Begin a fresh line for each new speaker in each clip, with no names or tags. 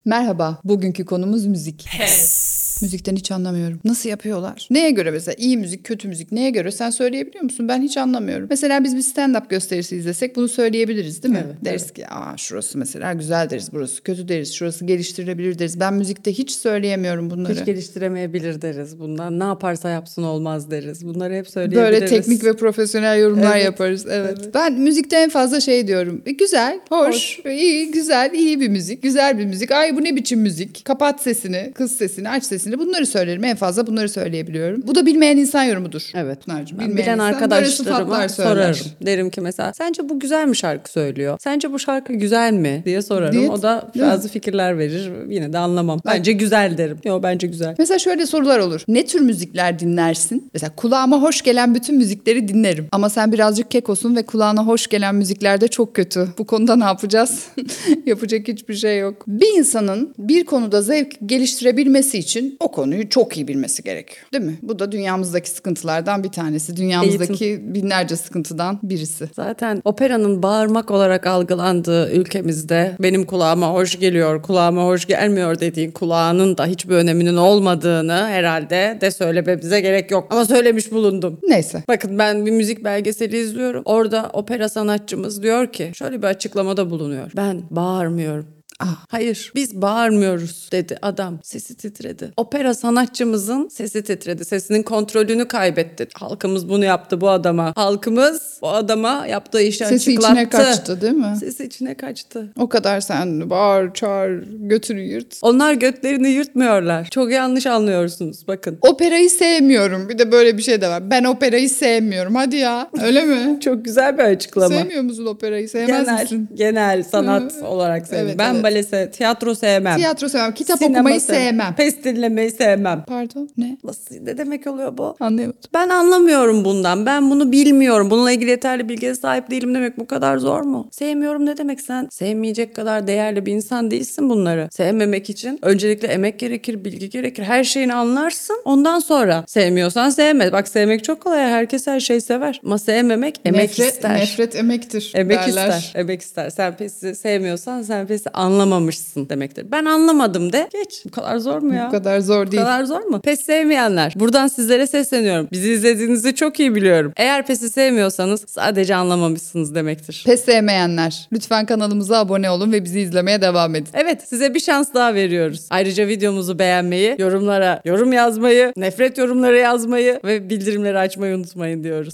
Merhaba, bugünkü konumuz müzik. Müzikten hiç anlamıyorum. Nasıl yapıyorlar? Neye göre mesela iyi müzik, kötü müzik neye göre? Sen söyleyebiliyor musun? Ben hiç anlamıyorum. Mesela biz bir stand-up gösterisi izlesek bunu söyleyebiliriz değil mi?
Evet,
Deriz
evet.
ki şurası mesela güzel deriz, burası kötü deriz, şurası geliştirilebilir deriz. Ben müzikte hiç söyleyemiyorum bunları.
Hiç geliştiremeyebilir deriz bundan. Ne yaparsa yapsın olmaz deriz. Bunları hep
Böyle
söyleyebiliriz.
teknik ve profesyonel yorumlar
Evet,
yaparız. Evet.
evet.
Ben müzikte en fazla şey diyorum. Güzel, hoş, iyi, güzel, iyi bir müzik, güzel bir müzik. Ay bu ne biçim müzik? Kapat sesini, kız sesini, aç sesini. Bunları söylerim. En fazla bunları söyleyebiliyorum. Bu da bilmeyen insan yorumudur.
Evet.
Pınar'cığım,
Ben
bilmeyen
bilen
insan böyle
arkadaşlarıma
sıfatlar söyler.
sorarım. Derim ki mesela sence bu güzel mi şarkı söylüyor? Sence bu şarkı güzel mi diye sorarım.
Diye-
O da
Değil mi?
bazı fikirler verir. Yine de anlamam. Bence güzel derim. Yok bence güzel.
Mesela şöyle sorular olur. Ne tür müzikler dinlersin? Mesela kulağıma hoş gelen bütün müzikleri dinlerim. Ama sen birazcık kekosun ve kulağına hoş gelen müzikler de çok kötü. Bu konuda ne yapacağız? Yapacak hiçbir şey yok. Bir insanın bir konuda zevk geliştirebilmesi için o konuyu çok iyi bilmesi gerekiyor. Değil mi? Bu da dünyamızdaki sıkıntılardan bir tanesi. Dünyamızdaki binlerce sıkıntıdan birisi.
Zaten operanın bağırmak olarak algılandığı ülkemizde benim kulağıma hoş geliyor, kulağıma hoş gelmiyor dediğin kulağının da hiçbir öneminin olmadığını herhalde de söylememize gerek yok. Ama söylemiş bulundum.
Neyse.
Bakın ben bir müzik belgeseli izliyorum. Orada opera sanatçımız diyor ki şöyle bir açıklamada bulunuyor. Ben bağırmıyorum. Hayır biz bağırmıyoruz dedi adam. Sesi titredi. Opera sanatçımızın sesi titredi. Sesinin kontrolünü kaybetti. Halkımız bunu yaptı bu adama. Halkımız bu adama yaptığı işi
Sesi
açıklattı.
içine kaçtı değil mi?
Sesi içine kaçtı.
O kadar sen bağır, çağır, götünü yırt.
Onlar götlerini yırtmıyorlar. Çok yanlış anlıyorsunuz bakın.
Operayı sevmiyorum. Bir de böyle bir şey de var. Ben operayı sevmiyorum. Hadi ya. Öyle mi?
Çok güzel bir açıklama.
Sevmiyor musun operayı? Sevmez misin?
Genel sanat olarak sevmem.
Evet,
Ben
evet.
balese, tiyatro sevmem.
Tiyatro sevmem. Kitap
Sinema
okumayı sevmem.
Pes dinlemeyi sevmem.
Pardon? Ne?
Ne demek oluyor bu?
Anlayamadım.
Ben anlamıyorum bundan. Ben bunu bilmiyorum. Bununla ilgili yeterli bilgiye sahip değilim demek bu kadar zor mu? Sevmiyorum ne demek sen? Sevmeyecek kadar değerli bir insan değilsin bunları. Sevmemek için öncelikle emek gerekir, bilgi gerekir. Her şeyini anlarsın. Ondan sonra sevmiyorsan sevme. Bak sevmek çok kolay. Herkes her şeyi sever. Ama sevmemek emek ister.
Nefret emektir
Emek
derler.
ister. Emek ister. Sen PES'i sevmiyorsan sen PES'i anlamamışsın demektir. Ben anlamadım de. Geç. Bu kadar zor mu ya?
Bu kadar zor
Bu
değil.
kadar zor mu? PES sevmeyenler. Buradan sizlere sesleniyorum. Bizi izlediğinizi çok iyi biliyorum. Eğer PES'i sevmiyorsanız sadece anlamamışsınız demektir.
Pes sevmeyenler. Lütfen kanalımıza abone olun ve bizi izlemeye devam edin.
Evet, size bir şans daha veriyoruz. Ayrıca videomuzu beğenmeyi, yorumlara yorum yazmayı, nefret yorumları yazmayı ve bildirimleri açmayı unutmayın diyoruz.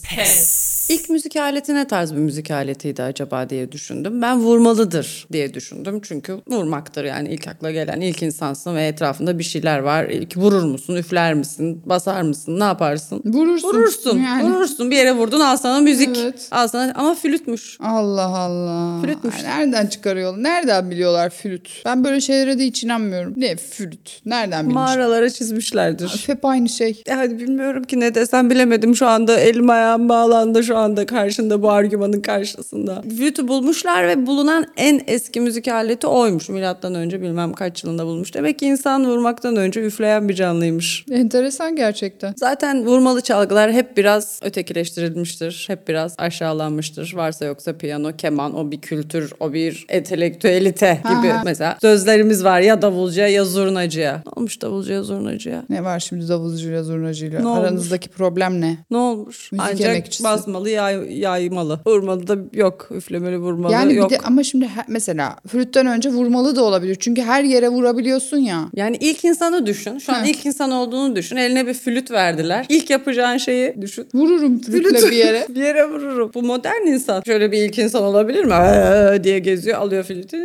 İlk müzik aleti ne tarz bir müzik aletiydi acaba diye düşündüm. Ben vurmalıdır diye düşündüm. Çünkü vurmaktır yani ilk akla gelen ilk insansın ve etrafında bir şeyler var. İlk vurur musun, üfler misin, basar mısın, ne yaparsın?
Vurursun. Yani.
Vurursun. Bir yere vurdun al sana müzik.
Evet.
Al sana ama flütmüş.
Allah Allah.
Flütmüş.
Ay, nereden çıkarıyorlar? Nereden biliyorlar flüt? Ben böyle şeylere de hiç inanmıyorum. Ne flüt? Nereden bilmiş?
Mağaralara çizmişlerdir.
Hep aynı şey.
Hadi bilmiyorum ki ne desem bilemedim. Şu anda elim ayağım bağlandı şu anda karşında bu argümanın karşısında. Flütü bulmuşlar ve bulunan en eski müzik aleti oymuş. Milattan önce bilmem kaç yılında bulmuş. Demek ki insan vurmaktan önce üfleyen bir canlıymış.
Enteresan gerçekten.
Zaten vurmalı çalgılar hep biraz ötekileştirilmiştir. Hep biraz aşağılanmıştır. Varsa yoksa piyano, keman o bir kültür, o bir entelektüelite gibi.
Aha.
Mesela sözlerimiz var ya davulcuya ya zurnacıya. Ne olmuş davulcuya zurnacıya?
Ne var şimdi davulcuyla zurnacıyla?
Ne olmuş?
Aranızdaki problem ne?
Ne olmuş?
Müzik
Ancak
emekçisi.
basmalı, yaymalı. Vurmalı da yok. Üflemeli, vurmalı
Yani
yok.
bir de ama şimdi mesela flütten önce vurmalı da olabilir. Çünkü her yere vurabiliyorsun ya.
Yani ilk insanı düşün. Şu an ilk insan olduğunu düşün. Eline bir flüt verdiler. İlk yapacağın şeyi düşün.
Vururum flütle bir yere.
Bir yere vururum. Bu modern insan. Şöyle bir ilk insan olabilir mi? Diye geziyor, alıyor flütü.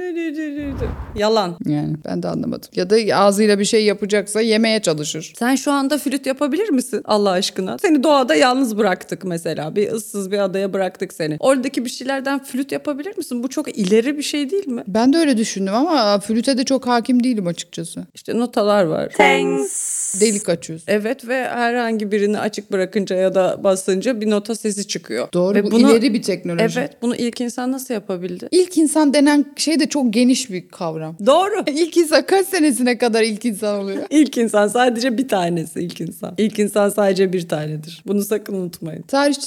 Yalan.
Yani ben de anlamadım. Ya da ağzıyla bir şey yapacaksa yemeye çalışır.
Sen şu anda flüt yapabilir misin Allah aşkına? Seni doğada yalnız bıraktık mesela. Bir ıssız bir adaya bıraktık seni. Oradaki bir şeylerden flüt yapabilir misin? Bu çok ileri bir şey değil mi?
Ben de öyle düşündüm ama flüte de çok hakim değilim açıkçası.
İşte notalar var.
Delik açıyorsun.
Evet ve herhangi birini açık bırakınca ya da basınca bir nota sesi çıkıyor.
Doğru,
ve
bu ileri bir teknoloji.
Evet, bunu ilk insan nasıl yapabildi?
İlk insan denen şey de çok geniş bir kavram.
Doğru.
İlk insan kaç senesine kadar ilk insan oluyor?
İlk insan sadece bir tanesi ilk insan. İlk insan sadece bir tanedir. Bunu sakın unutmayın.
Tarihçilere buradan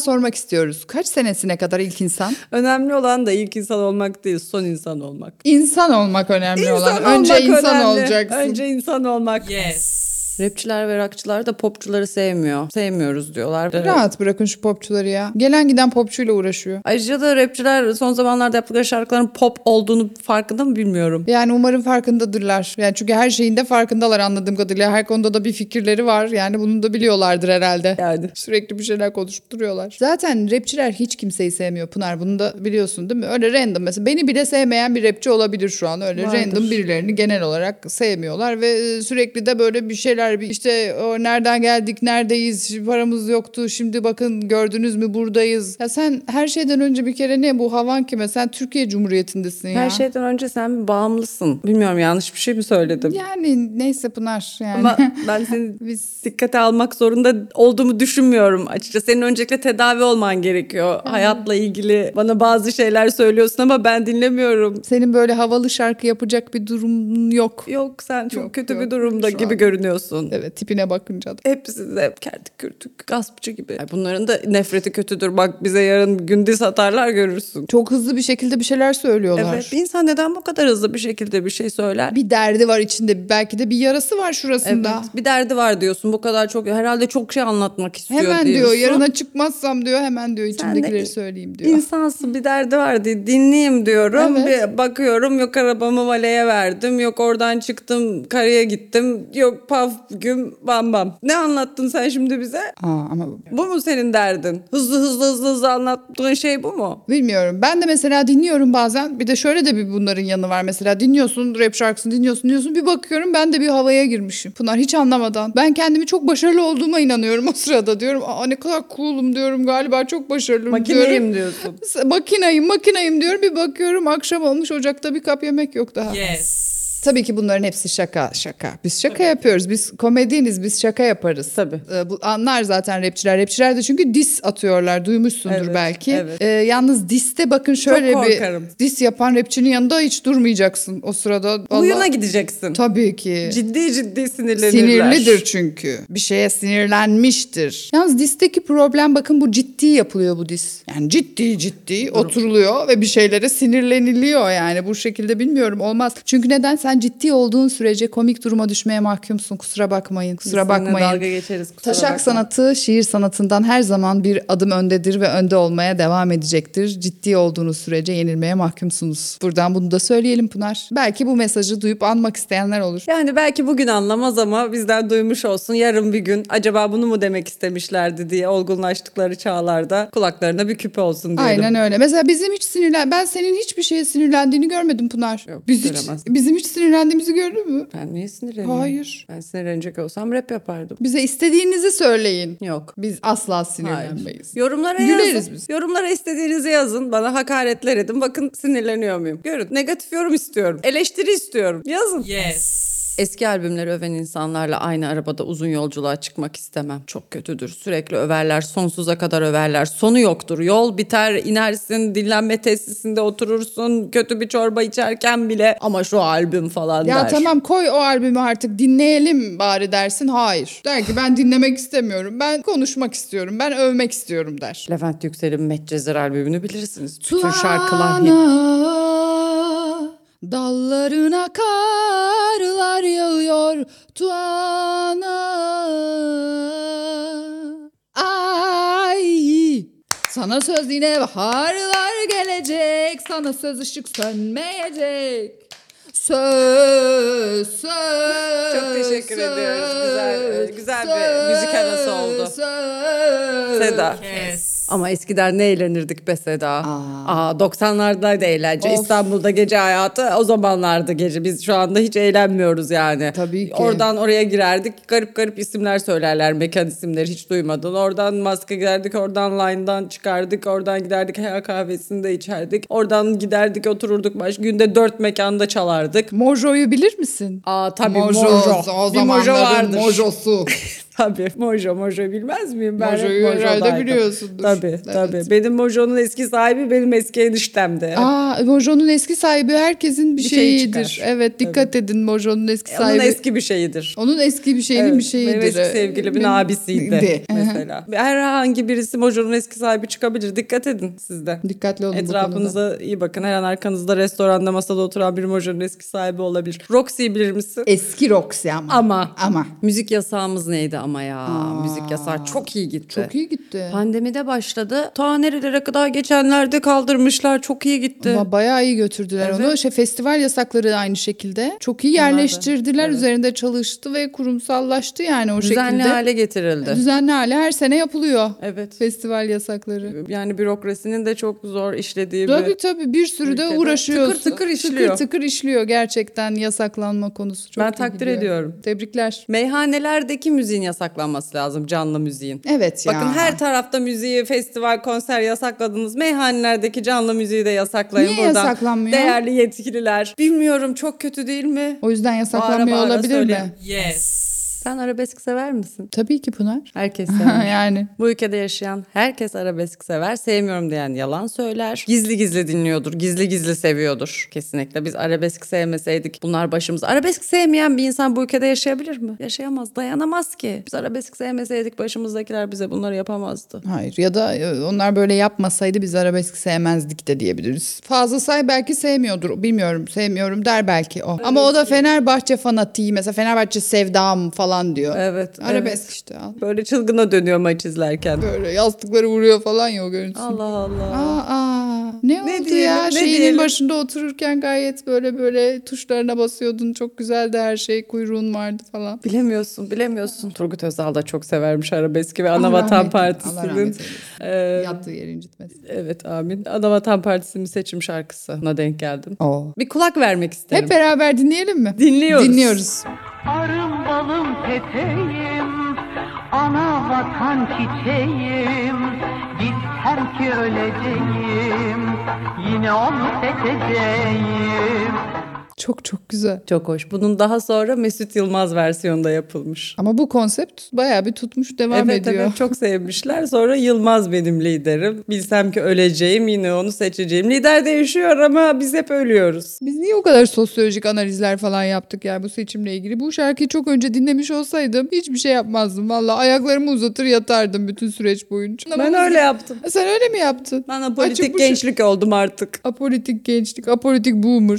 sormak istiyoruz. Kaç senesine kadar ilk insan?
Önemli olan da ilk insan olmak değil, son insan olmak.
İnsan olmak önemli
İnsan
olan.
olmak
Önce insan
önemli.
olacaksın.
Önce insan olmak.
Yes.
Rapçiler ve rockçılar da popçuları sevmiyor. Sevmiyoruz diyorlar.
Rahat bırakın şu popçuları ya. Gelen giden popçuyla uğraşıyor.
Ayrıca da rapçiler son zamanlarda yaptıkları şarkıların pop olduğunu farkında mı bilmiyorum.
Yani umarım farkındadırlar. Yani çünkü her şeyin de farkındalar anladığım kadarıyla. Her konuda da bir fikirleri var. Yani bunu da biliyorlardır herhalde.
Yani.
Sürekli bir şeyler konuşup duruyorlar. Zaten rapçiler hiç kimseyi sevmiyor Pınar. Bunu da biliyorsun değil mi? Öyle random mesela. Beni bile sevmeyen bir rapçi olabilir şu an. Öyle
Vardır.
random birilerini genel olarak sevmiyorlar ve sürekli de böyle bir şeyler işte o nereden geldik, neredeyiz, paramız yoktu. Şimdi bakın gördünüz mü buradayız. Ya sen her şeyden önce bir kere ne bu havan kime? Sen Türkiye Cumhuriyeti'ndesin ya.
Her şeyden önce sen bir bağımlısın. Bilmiyorum yanlış bir şey mi söyledim?
Yani neyse Pınar yani.
Ama ben seni dikkate almak zorunda olduğumu düşünmüyorum açıkçası. Senin öncelikle tedavi olman gerekiyor. Hayatla ilgili bana bazı şeyler söylüyorsun ama ben dinlemiyorum.
Senin böyle havalı şarkı yapacak bir durumun yok.
Yok sen çok
Yok,
kötü
yok.
bir durumda
Şu
gibi
an.
görünüyorsun.
Evet tipine bakınca da.
Hepsi de kertik kürtük gaspçı gibi. Ay, bunların da nefreti kötüdür. Bak bize yarın gün satarlar görürsün.
Çok hızlı bir şekilde bir şeyler söylüyorlar.
Evet. Bir insan neden bu kadar hızlı bir şekilde bir şey söyler?
Bir derdi var içinde. Belki de bir yarası var şurasında.
Evet, bir derdi var diyorsun. Bu kadar çok herhalde çok şey anlatmak istiyor
Hemen
diyorsun.
diyor yarına çıkmazsam diyor hemen diyor içimdekileri
de
söyleyeyim diyor.
İnsansın bir derdi var diye dinleyeyim diyorum.
Evet.
Bir bakıyorum yok arabamı valeye verdim. Yok oradan çıktım karaya gittim. Yok paf güm bam bam. Ne anlattın sen şimdi bize?
Ama
Bu mu senin derdin? Hızlı anlattığın şey bu mu?
bilmiyorum. Ben de mesela dinliyorum bazen. Bir de şöyle de bir bunların yanı var mesela. Dinliyorsun rap şarkısını dinliyorsun. Bir bakıyorum ben de bir havaya girmişim. Pınar hiç anlamadan. Ben kendimi çok başarılı olduğuma inanıyorum o sırada diyorum. Ne kadar cool'um diyorum galiba çok başarılıyım diyorum.
Makineyim diyorsun.
Makinayım diyorum. Bir bakıyorum akşam olmuş ocakta bir kap yemek yok daha.
Yes.
Tabii ki bunların hepsi şaka. Biz şaka yapıyoruz. Biz komedyeniz. Biz şaka yaparız.
Tabii.
Bu anlar zaten rapçiler. Rapçiler de çünkü diss atıyorlar. Duymuşsundur
Evet,
belki.
evet.
Yalnız diste bakın şöyle
Çok
bir
korkarım.
diss yapan rapçinin yanında hiç durmayacaksın o sırada.
Uyuna gideceksin.
Tabii ki.
Ciddi sinirlenirler.
Sinirlidir çünkü. Bir şeye sinirlenmiştir. Yalnız disteki problem bakın bu ciddi yapılıyor bu dis. Yani ciddi oturuluyor ve bir şeylere sinirleniliyor yani. Bu şekilde bilmiyorum olmaz. Çünkü neden? Sen ciddi olduğun sürece komik duruma düşmeye mahkumsun. Kusura bakmayın.
Seninle dalga geçeriz. kusura
Taşak
bakma.
sanatı şiir sanatından her zaman bir adım öndedir ve önde olmaya devam edecektir. Ciddi olduğunuz sürece yenilmeye mahkumsunuz. Buradan bunu da söyleyelim Pınar. Belki bu mesajı duyup anmak isteyenler olur.
Yani belki bugün anlamaz ama bizden duymuş olsun. Yarın bir gün acaba bunu mu demek istemişlerdi diye olgunlaştıkları çağlarda kulaklarına bir küpe olsun diyelim.
Aynen öyle. Mesela bizim hiç ben senin hiçbir şeye sinirlendiğini görmedim Pınar.
Yok,
Bizim hiç sinirlendiğimizi gördün mü?
Ben niye sinirleniyorum?
Hayır.
Ben sinirlenecek olsam rap yapardım.
Bize istediğinizi söyleyin.
Yok.
Biz asla
Hayır.
sinirlenmeyiz.
Yorumlara
Güleriz
yazın.
biz.
Yorumlara istediğinizi yazın. Bana hakaretler edin. Bakın sinirleniyor muyum? Görün. Negatif yorum istiyorum. Eleştiri istiyorum. Yazın.
Yes.
Eski albümleri öven insanlarla aynı arabada uzun yolculuğa çıkmak istemem. Çok kötüdür. Sürekli överler, sonsuza kadar överler. Sonu yoktur. Yol biter, inersin, dinlenme tesisinde oturursun. Kötü bir çorba içerken bile ama şu albüm falan
Ya
der.
tamam koy o albümü artık dinleyelim bari dersin. Hayır. Der ki ben dinlemek istemiyorum. Ben konuşmak istiyorum. Ben övmek istiyorum der.
Levent Yüksel'in Medcezir albümünü bilirsiniz. Bütün şarkılar hit.
Tuana, dallarına karlar yağıyor. Tuana. Ay. Sana söz yine baharlar gelecek. Sana söz ışık sönmeyecek. Söz.
Çok teşekkür ediyoruz. Güzel bir müzik arası oldu. Seda.
Yes.
Ama eskiden ne eğlenirdik be Seda. 90'lardaydı eğlence.
Of.
İstanbul'da gece hayatı o zamanlardı gece. Biz şu anda hiç eğlenmiyoruz yani.
Tabii ki.
Oradan oraya girerdik. Garip isimler söylerler. Mekan isimleri hiç duymadın. Oradan maske giderdik. Oradan line'dan çıkardık. Oradan giderdik hayal kahvesinde içerdik. Oradan giderdik otururduk. Günde 4 mekanda çalardık.
Mojo'yu bilir misin?
Tabii
Mojo.
Mojo.
O
Bir Mojo
zamanların
vardır.
Mojo'su.
Tabii. Mojo bilmez miyim? Ben
Mojo'yu
hep
herhalde
Mojo'daydım.
biliyorsundur.
Tabii. Benim Mojo'nun eski sahibi benim eski eniştemdi.
Mojo'nun eski sahibi herkesin bir
Bir şey
şeyidir.
çıkar.
Evet, dikkat edin, Mojo'nun eski sahibi.
Onun eski bir şeyidir.
Onun eski bir şeyinin bir şeyidir.
Benim eski sevgilimin abisiydi mesela. Herhangi birisi Mojo'nun eski sahibi çıkabilir. Dikkat edin siz de.
Dikkatli olun bu konuda.
Etrafınıza iyi bakın. Her an arkanızda restoranda masada oturan bir Mojo'nun eski sahibi olabilir. Roxy'yi bilir misin?
Eski Roxy ama.
Ama. Müzik yasağımız neydi ama ya. Müzik yasağı çok iyi gitti.
Çok iyi gitti.
Pandemide başladı. Ta nerelere kadar geçenlerde kaldırmışlar. Çok iyi gitti.
Ama bayağı iyi götürdüler onu. Festival yasakları da aynı şekilde. Çok iyi yerleştirdiler.
Evet.
Üzerinde çalıştı ve kurumsallaştı yani o
Düzenli
şekilde.
hale getirildi.
Düzenli hale her sene yapılıyor.
Evet.
Festival yasakları.
Yani bürokrasinin de çok zor işlediği
Tabii bir sürü de
ülkede
uğraşıyorsun.
tıkır tıkır işliyor.
Tıkır işliyor gerçekten yasaklanma konusu. Çok
Ben
iyi
takdir
gidiyor.
ediyorum.
Tebrikler.
Meyhanelerdeki müziğin yasaklanması lazım, canlı müziğin.
Evet ya.
Bakın her tarafta müziği, festival, konser yasakladınız. Meyhanelerdeki canlı müziği de yasaklayın.
Niye
buradan.
yasaklanmıyor?
Değerli yetkililer. Bilmiyorum, çok kötü değil mi?
O yüzden yasaklanmıyor
Bağıra bağıra
olabilir
söyleyeyim.
mi?
Yes. Sen arabesk sever misin?
Tabii ki Pınar.
Herkes sever.
Yani.
Bu ülkede yaşayan herkes arabesk sever. Sevmiyorum diyen yalan söyler. Gizli gizli dinliyordur. Gizli gizli seviyordur. Kesinlikle. Biz arabesk sevmeseydik bunlar başımıza. Arabesk sevmeyen bir insan bu ülkede yaşayabilir mi? Yaşayamaz. Dayanamaz ki. Biz arabesk sevmeseydik başımızdakiler bize bunları yapamazdı.
Hayır, ya da onlar böyle yapmasaydı biz arabesk sevmezdik de diyebiliriz. Fazla Say belki sevmiyordur. Bilmiyorum, sevmiyorum der belki o. Ama o da Fenerbahçe fanatiği. Mesela Fenerbahçe sevdam falan diyor.
Evet.
Arabesk işte. Al.
Böyle çılgına dönüyor maç izlerken.
Böyle yastıkları vuruyor falan ya o görüntüsü.
Allah Allah.
Ne oldu
diyelim,
ya?
ne
Şeyinin
diyelim?
başında otururken gayet böyle tuşlarına basıyordun. Çok güzeldi her şey. Kuyruğun vardı falan.
Bilemiyorsun. Turgut Özal da çok severmiş arabeski ve
Allah
Anavatan
rahmet- Allah
Partisi'nin.
rahmet eylesin. Yattığı yeri incitmesin.
Evet, amin. Anavatan Partisi'nin seçim şarkısına denk geldim.
Oo.
Bir kulak vermek isterim.
Hep beraber dinleyelim mi?
Dinliyoruz.
Arım balım peteğim, ana vatan çiçeğim. Gitsem ki öleceğim, yine onu seçeceğim.
Çok güzel.
Çok hoş. Bunun daha sonra Mesut Yılmaz versiyonda yapılmış.
Ama bu konsept bayağı bir tutmuş, devam ediyor.
Evet, çok sevmişler. Sonra Yılmaz benim liderim. Bilsem ki öleceğim, yine onu seçeceğim. Lider değişiyor ama biz hep ölüyoruz.
Biz niye o kadar sosyolojik analizler falan yaptık ya bu seçimle ilgili? Bu şarkıyı çok önce dinlemiş olsaydım hiçbir şey yapmazdım. Vallahi ayaklarımı uzatır yatardım bütün süreç boyunca.
Ben öyle yaptım.
Sen öyle mi yaptın?
Ben apolitik
Açık bu
gençlik oldum artık.
Apolitik gençlik, apolitik boomer.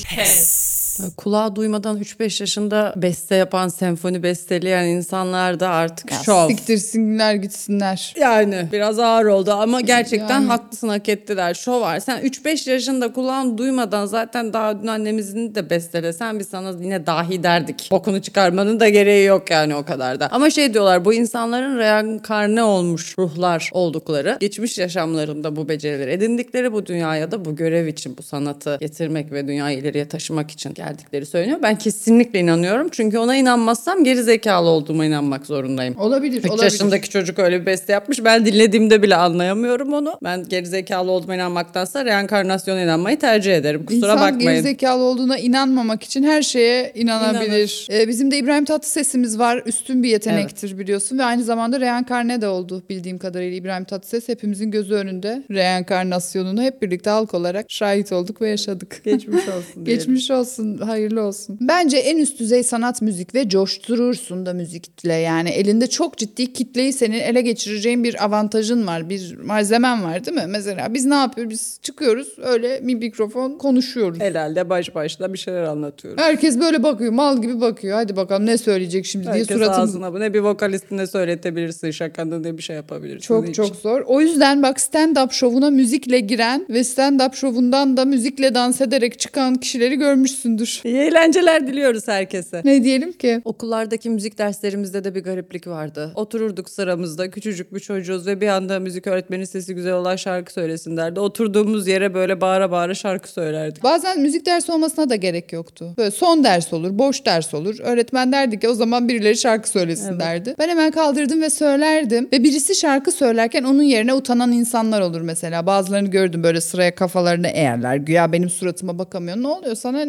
Kulağı duymadan 3-5 yaşında beste yapan, senfoni besteleyen insanlar da artık
Ya
şov.
siktirsinler gitsinler.
Yani biraz ağır oldu ama gerçekten
Yani.
haklısın, hak ettiler. Şov var. Sen 3-5 yaşında kulağını duymadan zaten daha dün annemizin de bestelesen biz sana yine dahi derdik. Bokunu çıkarmanın da gereği yok yani o kadar da. Ama şey diyorlar, bu insanların reenkarne olmuş ruhlar oldukları, geçmiş yaşamlarında bu becerileri edindikleri, bu dünyaya da bu görev için, bu sanatı getirmek ve dünyayı ileriye taşımak için geldikleri söyleniyor. Ben kesinlikle inanıyorum. Çünkü ona inanmazsam geri zekalı olduğuma inanmak zorundayım.
Olabilir,
3 yaşındaki çocuk öyle bir beste yapmış. Ben dinlediğimde bile anlayamıyorum onu. Ben gerizekalı olduğuma inanmaktansa reenkarnasyona inanmayı tercih ederim. Kusura
İnsan
bakmayın.
gerizekalı olduğuna inanmamak için her şeye inanabilir. Bizim de İbrahim Tatlıses'imiz var. Üstün bir yetenektir biliyorsun ve aynı zamanda reenkarne de oldu bildiğim kadarıyla İbrahim Tatlıses. Hepimizin gözü önünde reenkarnasyonunu hep birlikte halk olarak şahit olduk ve yaşadık.
Geçmiş olsun diyelim.
Geçmiş olsun, hayırlı olsun. Bence en üst düzey sanat müzik ve coşturursun da müzikle yani. Elinde çok ciddi kitleyi senin ele geçireceğin bir avantajın var, bir malzemen var değil mi? Mesela biz ne yapıyoruz? Biz çıkıyoruz öyle bir mikrofon konuşuyoruz.
Herhalde baş başta bir şeyler anlatıyoruz.
Herkes böyle bakıyor, mal gibi bakıyor. Hadi bakalım ne söyleyecek şimdi diye
Herkes
suratımız...
ağzına bu. Ne bir vokalistine söyletebilirsin şakanı, ne bir şey yapabilirsin.
Çok zor. O yüzden bak stand-up şovuna müzikle giren ve stand-up şovundan da müzikle dans ederek çıkan kişileri görmüşsündür.
İyi eğlenceler diliyoruz herkese.
Ne diyelim ki?
Okullardaki müzik derslerimizde de bir gariplik vardı. Otururduk sıramızda, küçücük bir çocuğuz ve bir anda müzik öğretmeni sesi güzel olan şarkı söylesin derdi. Oturduğumuz yere böyle bağıra bağıra şarkı söylerdik.
Bazen müzik dersi olmasına da gerek yoktu. Böyle son ders olur, boş ders olur. Öğretmen derdi ki o zaman birileri şarkı söylesin derdi. Ben hemen kaldırdım ve söylerdim. Ve birisi şarkı söylerken onun yerine utanan insanlar olur mesela. Bazılarını gördüm böyle sıraya kafalarını eğerler. Güya benim suratıma bakamıyor. Ne oluyor sana? Hani sen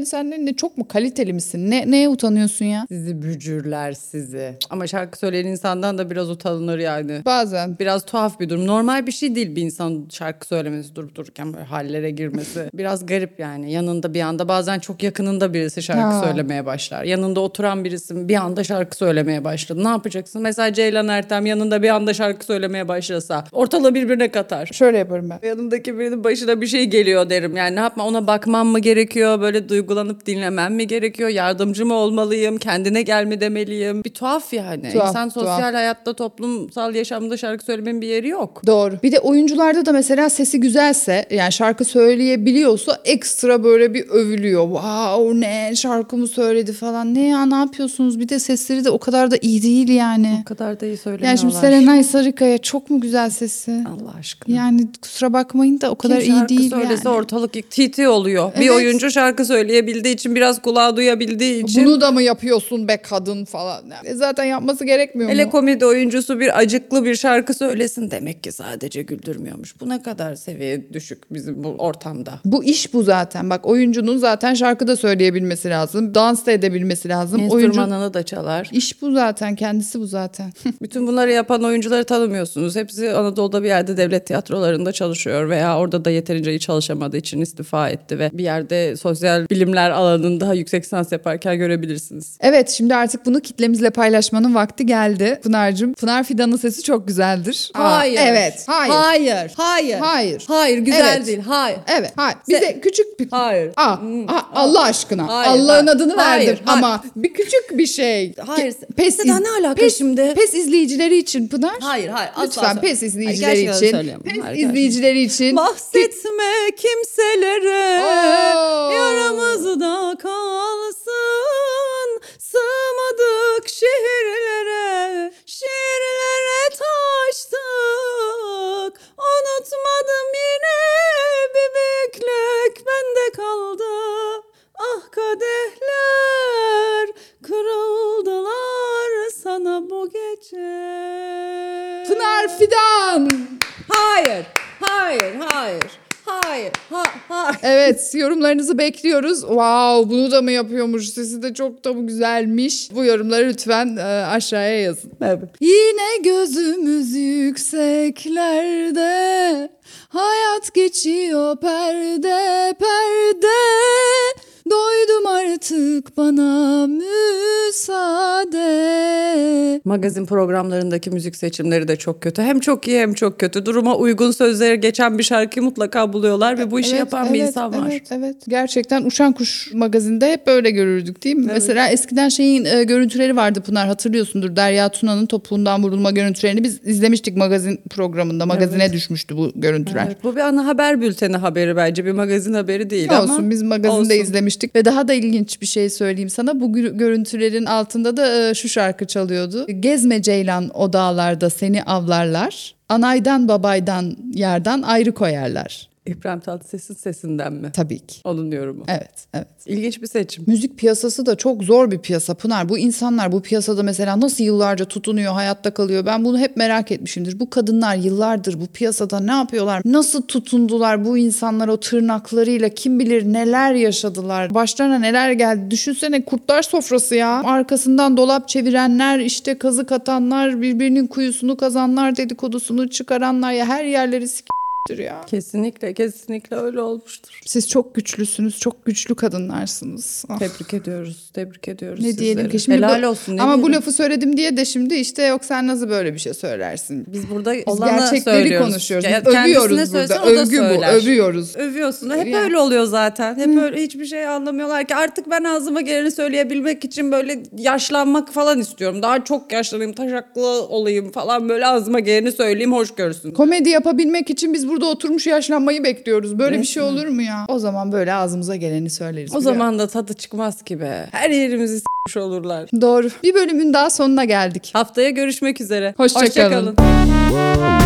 Sen de çok mu kaliteli misin? Neye utanıyorsun ya?
Sizi bücürler sizi. Ama şarkı söyleyen insandan da biraz utanılır yani.
Bazen.
Biraz tuhaf bir durum. Normal bir şey değil bir insan şarkı söylemesi, durup dururken böyle hallere girmesi. Biraz garip yani. Yanında bir anda, bazen çok yakınında birisi şarkı söylemeye başlar. Yanında oturan birisi bir anda şarkı söylemeye başladı. Ne yapacaksın? Mesela Ceylan Ertem yanında bir anda şarkı söylemeye başlasa ortalığı birbirine katar.
Şöyle yaparım ben.
Yanındaki birinin başına bir şey geliyor derim. Yani ne yapma, ona bakmam mı gerekiyor? Böyle duygulanıp dinlemem mi gerekiyor? Yardımcı mı olmalıyım? Kendine gel mi demeliyim? Bir tuhaf yani.
Tuhaf,
İnsan sosyal
tuhaf.
hayatta, toplumsal yaşamda şarkı söylemenin bir yeri yok.
Doğru. Bir de oyuncularda da mesela sesi güzelse, yani şarkı söyleyebiliyorsa ekstra böyle bir övülüyor. Wow, ne şarkımı söyledi falan. Ne ya, ne yapıyorsunuz? Bir de sesleri de o kadar da iyi değil yani.
O kadar da iyi
Yani
söylemiyorlar.
şimdi Serenay Sarıkaya çok mu güzel sesi?
Allah aşkına.
Yani kusura bakmayın da o kadar
Kim
iyi
şarkı
değil
söylese
yani.
ortalık TT oluyor. Bir
Evet.
oyuncu şarkı söyleyebildiği için, biraz kulağı duyabildiği için.
Bunu da mı yapıyorsun be kadın falan. Zaten yapması gerekmiyor
Hele
mu?
komedi oyuncusu bir acıklı bir şarkı söylesin, demek ki sadece güldürmüyormuş. Bu ne kadar seviye düşük bizim bu ortamda.
Bu iş bu zaten. Bak, oyuncunun zaten şarkı da söyleyebilmesi lazım. Dans da edebilmesi lazım.
Enstrümanını da çalar.
İş bu zaten. Kendisi bu zaten.
Bütün bunları yapan oyuncuları tanımıyorsunuz. Hepsi Anadolu'da bir yerde devlet tiyatrolarında çalışıyor veya orada da yeterince iyi çalışamadığı için istifa etti ve bir yerde sosyal bilimler alanında yüksek lisans yaparken görebilirsiniz.
Evet, şimdi artık bunu kitlemizle paylaşmanın vakti geldi. Pınar'cığım. Pınar Fidan'ın sesi çok güzeldir.
Hayır.
Evet. Hayır.
Hayır. Hayır.
Hayır.
Hayır, güzel
Evet.
değil. Hayır.
Evet. Hayır. Bize küçük bir...
Hayır.
Allah aşkına.
Hayır,
Allah'ın
hayır.
adını
Hayır,
verdim
hayır.
ama bir küçük bir şey.
Hayır.
Pes
Seda ne alaka şimdi?
Pes izleyicileri için Pınar.
Hayır, asla
Lütfen
söyle.
pes izleyicileri
Hayır, gerçekten
için.
söyleyemem.
Pes
Hayır, gerçekten.
izleyicileri için.
Bahsetme kimselere,
Oo.
yaramızda kalsın. Sığmadık şehirlere, şehirlere taştık. Unutmadım yine, bir büyüklük bende kaldı. Ah kadehler kırıldılar sana bu gece.
Pınar Fidan.
Hayır.
Evet, yorumlarınızı bekliyoruz. Wow, bunu da mı yapıyormuş? Sesi de çok da mı güzelmiş? Bu yorumları lütfen aşağıya yazın.
Evet.
Yine gözümüz yükseklerde, hayat geçiyor perde perde. Doydum artık, bana müsaade.
Magazin programlarındaki müzik seçimleri de çok kötü. Hem çok iyi hem çok kötü. Duruma uygun sözleri geçen bir şarkıyı mutlaka buluyorlar ve bu işi yapan bir insan var.
Evet. Gerçekten Uçan Kuş magazinde hep böyle görürdük değil mi? Evet. Mesela eskiden şeyin görüntüleri vardı Pınar, hatırlıyorsundur. Derya Tuna'nın topuğundan vurulma görüntülerini biz izlemiştik magazin programında. Magazine düşmüştü bu görüntüler.
Evet, bu bir ana haber bülteni haberi bence. Bir magazin haberi değil
Olsun,
ama.
biz magazinde izlemiştik. Ve daha da ilginç bir şey söyleyeyim sana. Bu görüntülerin altında da şu şarkı çalıyordu. Gezme Ceylan o dağlarda, seni avlarlar. Anaydan babaydan yerden ayrı koyarlar.
İbrahim Tatlıses'in sesinden mi?
Tabii ki.
Onun yorumu.
Evet.
İlginç bir seçim.
Müzik piyasası da çok zor bir piyasa Pınar. Bu insanlar bu piyasada mesela nasıl yıllarca tutunuyor, hayatta kalıyor? Ben bunu hep merak etmişimdir. Bu kadınlar yıllardır bu piyasada ne yapıyorlar? Nasıl tutundular bu insanlar o tırnaklarıyla? Kim bilir neler yaşadılar? Başlarına neler geldi? Düşünsene, kurtlar sofrası ya. Arkasından dolap çevirenler, işte kazık atanlar, birbirinin kuyusunu kazanlar, dedikodusunu çıkaranlar, ya her yerleri ya.
Kesinlikle öyle olmuştur.
Siz çok güçlüsünüz, çok güçlü kadınlarsınız. Ah.
Tebrik ediyoruz
Ne
sizleri.
diyelim ki şimdi
Helal olsun.
Ama
diyelim.
bu lafı söyledim diye de şimdi işte yok sen nasıl böyle bir şey söylersin?
Biz burada
Biz
olanı
gerçekleri
söylüyoruz.
konuşuyoruz.
Ya,
Biz övüyoruz
kendisine
burada.
söylesen o da
Övgü bu.
söyler.
Övüyoruz.
Övüyorsun. Hep
Yani.
öyle oluyor zaten. Hep öyle, hiçbir şey anlamıyorlar ki. Artık ben ağzıma geleni söyleyebilmek için böyle yaşlanmak falan istiyorum. Daha çok yaşlanayım, taşaklı olayım falan, böyle ağzıma geleni söyleyeyim, hoş görsün.
Komedi yapabilmek için biz burada oturmuş yaşlanmayı bekliyoruz. Böyle bir şey olur mu ya? O zaman böyle ağzımıza geleni söyleriz.
O zaman da tadı çıkmaz ki be. Her yerimizi s**miş olurlar.
Doğru. Bir bölümün daha sonuna geldik.
Haftaya görüşmek üzere.
Hoşça kalın.
Kalın.